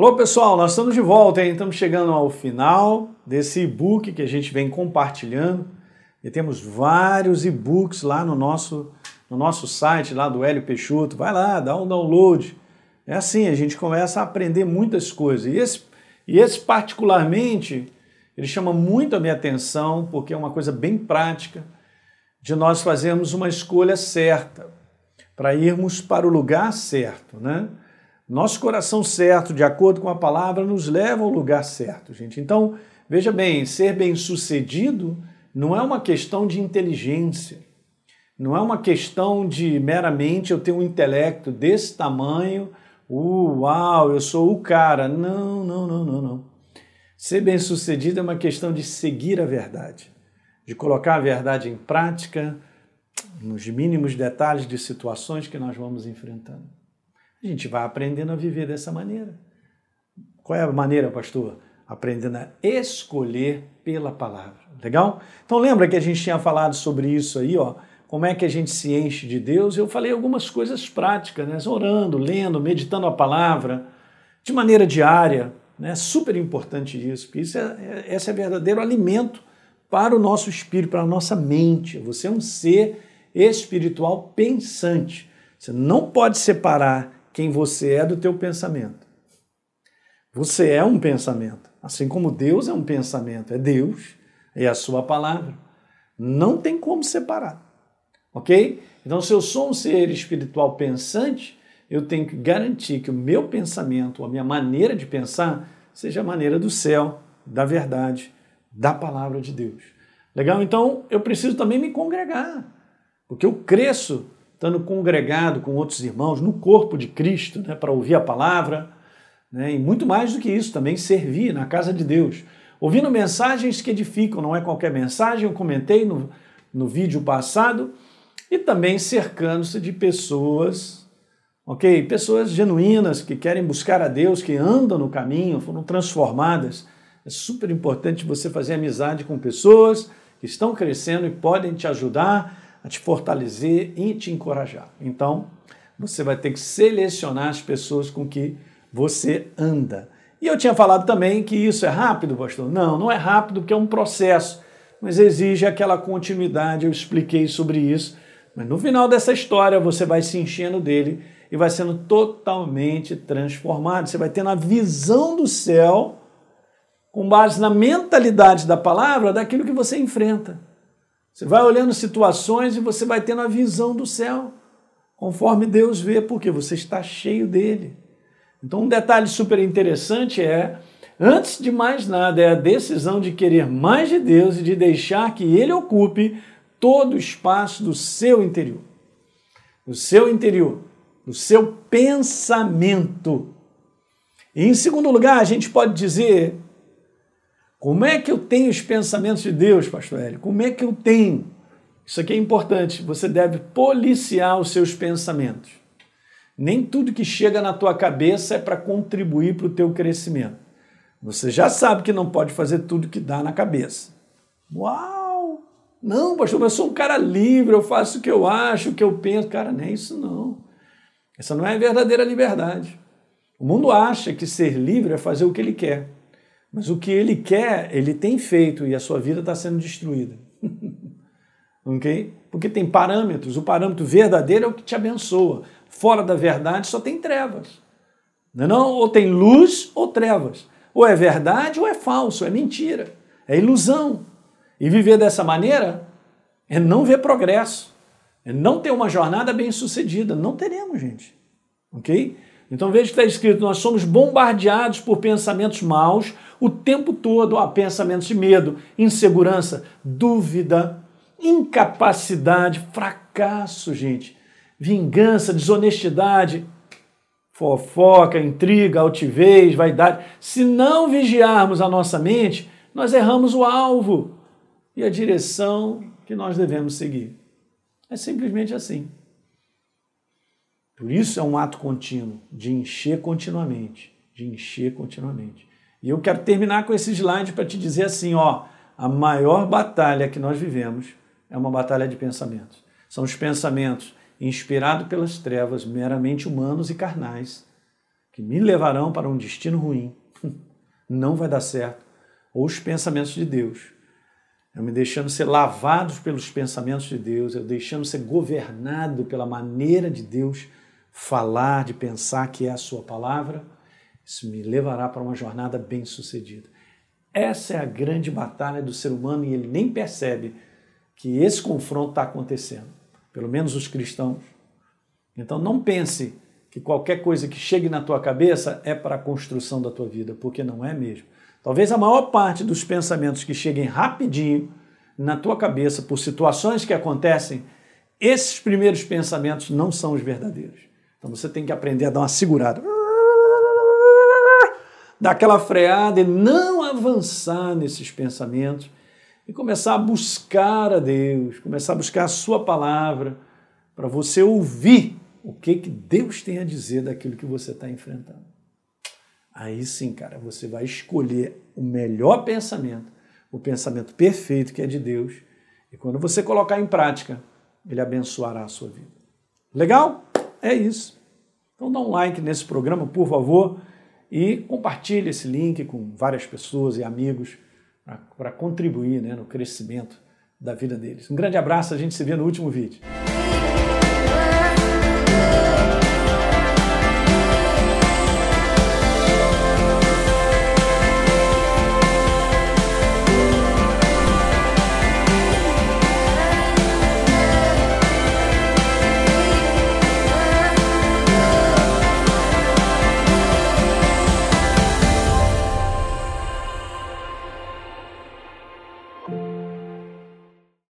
Alô pessoal, nós estamos de volta, hein? Estamos chegando ao final desse e-book que a gente vem compartilhando e temos vários e-books lá no nosso site, lá do Hélio Peixoto. Vai lá, dá um download. É assim, a gente começa a aprender muitas coisas. E esse particularmente, ele chama muito a minha atenção porque é uma coisa bem prática de nós fazermos uma escolha certa para irmos para o lugar certo, né? Nosso coração certo, de acordo com a palavra, nos leva ao lugar certo, gente. Então, veja bem, ser bem-sucedido não é uma questão de inteligência, não é uma questão de meramente eu ter um intelecto desse tamanho, uau, eu sou o cara. Não. Ser bem-sucedido é uma questão de seguir a verdade, de colocar a verdade em prática, nos mínimos detalhes de situações que nós vamos enfrentando. A gente vai aprendendo a viver dessa maneira. Qual é a maneira, pastor? Aprendendo a escolher pela palavra. Legal? Então lembra que a gente tinha falado sobre isso aí, ó, como é que a gente se enche de Deus? Eu falei algumas coisas práticas, né? Orando, lendo, meditando a palavra, de maneira diária, né? Super importante isso, porque esse é verdadeiro alimento para o nosso espírito, para a nossa mente. Você é um ser espiritual pensante. Você não pode separar quem você é do teu pensamento. Você é um pensamento, assim como Deus é um pensamento, é Deus, é a sua palavra. Não tem como separar, ok? Então, se eu sou um ser espiritual pensante, eu tenho que garantir que o meu pensamento, a minha maneira de pensar, seja a maneira do céu, da verdade, da palavra de Deus. Legal? Então, eu preciso também me congregar, porque eu cresço estando congregado com outros irmãos no corpo de Cristo, né, para ouvir a palavra, né, e muito mais do que isso, também servir na casa de Deus, ouvindo mensagens que edificam, não é qualquer mensagem, eu comentei no vídeo passado, e também cercando-se de pessoas, ok? Pessoas genuínas que querem buscar a Deus, que andam no caminho, foram transformadas. É super importante você fazer amizade com pessoas que estão crescendo e podem te ajudar a te fortalecer e te encorajar. Então, você vai ter que selecionar as pessoas com que você anda. E eu tinha falado também que isso é rápido, pastor? Não é rápido porque é um processo, mas exige aquela continuidade, eu expliquei sobre isso. Mas no final dessa história você vai se enchendo dele e vai sendo totalmente transformado. Você vai tendo a visão do céu com base na mentalidade da palavra daquilo que você enfrenta. Você vai olhando situações e você vai tendo a visão do céu, conforme Deus vê, porque você está cheio dele. Então um detalhe super interessante antes de mais nada, é a decisão de querer mais de Deus e de deixar que ele ocupe todo o espaço do seu interior. Do seu interior, do seu pensamento. E em segundo lugar, a gente pode dizer: como é que eu tenho os pensamentos de Deus, pastor Hélio? Como é que eu tenho? Isso aqui é importante, você deve policiar os seus pensamentos. Nem tudo que chega na tua cabeça é para contribuir para o teu crescimento. Você já sabe que não pode fazer tudo que dá na cabeça. Uau! Não, pastor, mas eu sou um cara livre, eu faço o que eu acho, o que eu penso. Cara, não é isso não. Essa não é a verdadeira liberdade. O mundo acha que ser livre é fazer o que ele quer. Mas o que ele quer, ele tem feito e a sua vida está sendo destruída. Ok? Porque tem parâmetros. O parâmetro verdadeiro é o que te abençoa. Fora da verdade só tem trevas. Não é não? Ou tem luz ou trevas. Ou é verdade ou é falso, é mentira, é ilusão. E viver dessa maneira é não ver progresso, é não ter uma jornada bem-sucedida. Não teremos, gente. Ok? Então veja que está escrito, nós somos bombardeados por pensamentos maus o tempo todo, pensamentos de medo, insegurança, dúvida, incapacidade, fracasso, gente, vingança, desonestidade, fofoca, intriga, altivez, vaidade. Se não vigiarmos a nossa mente, nós erramos o alvo e a direção que nós devemos seguir. É simplesmente assim. Por isso é um ato contínuo, de encher continuamente, E eu quero terminar com esse slide para te dizer assim, ó, a maior batalha que nós vivemos é uma batalha de pensamentos. São os pensamentos inspirados pelas trevas, meramente humanos e carnais, que me levarão para um destino ruim, não vai dar certo, ou os pensamentos de Deus. Eu me deixando ser lavado pelos pensamentos de Deus, eu deixando ser governado pela maneira de Deus falar, de pensar, que é a sua palavra, isso me levará para uma jornada bem-sucedida. Essa é a grande batalha do ser humano e ele nem percebe que esse confronto está acontecendo, pelo menos os cristãos. Então não pense que qualquer coisa que chegue na tua cabeça é para a construção da tua vida, porque não é mesmo. Talvez a maior parte dos pensamentos que cheguem rapidinho na tua cabeça por situações que acontecem, esses primeiros pensamentos não são os verdadeiros. Então você tem que aprender a dar uma segurada, dar aquela freada e não avançar nesses pensamentos e começar a buscar a Deus, começar a buscar a sua palavra para você ouvir o que Deus tem a dizer daquilo que você está enfrentando. Aí sim, cara, você vai escolher o melhor pensamento, o pensamento perfeito que é de Deus, e quando você colocar em prática, ele abençoará a sua vida. Legal? É isso. Então dá um like nesse programa, por favor, e compartilhe esse link com várias pessoas e amigos para contribuir, né, no crescimento da vida deles. Um grande abraço, a gente se vê no último vídeo.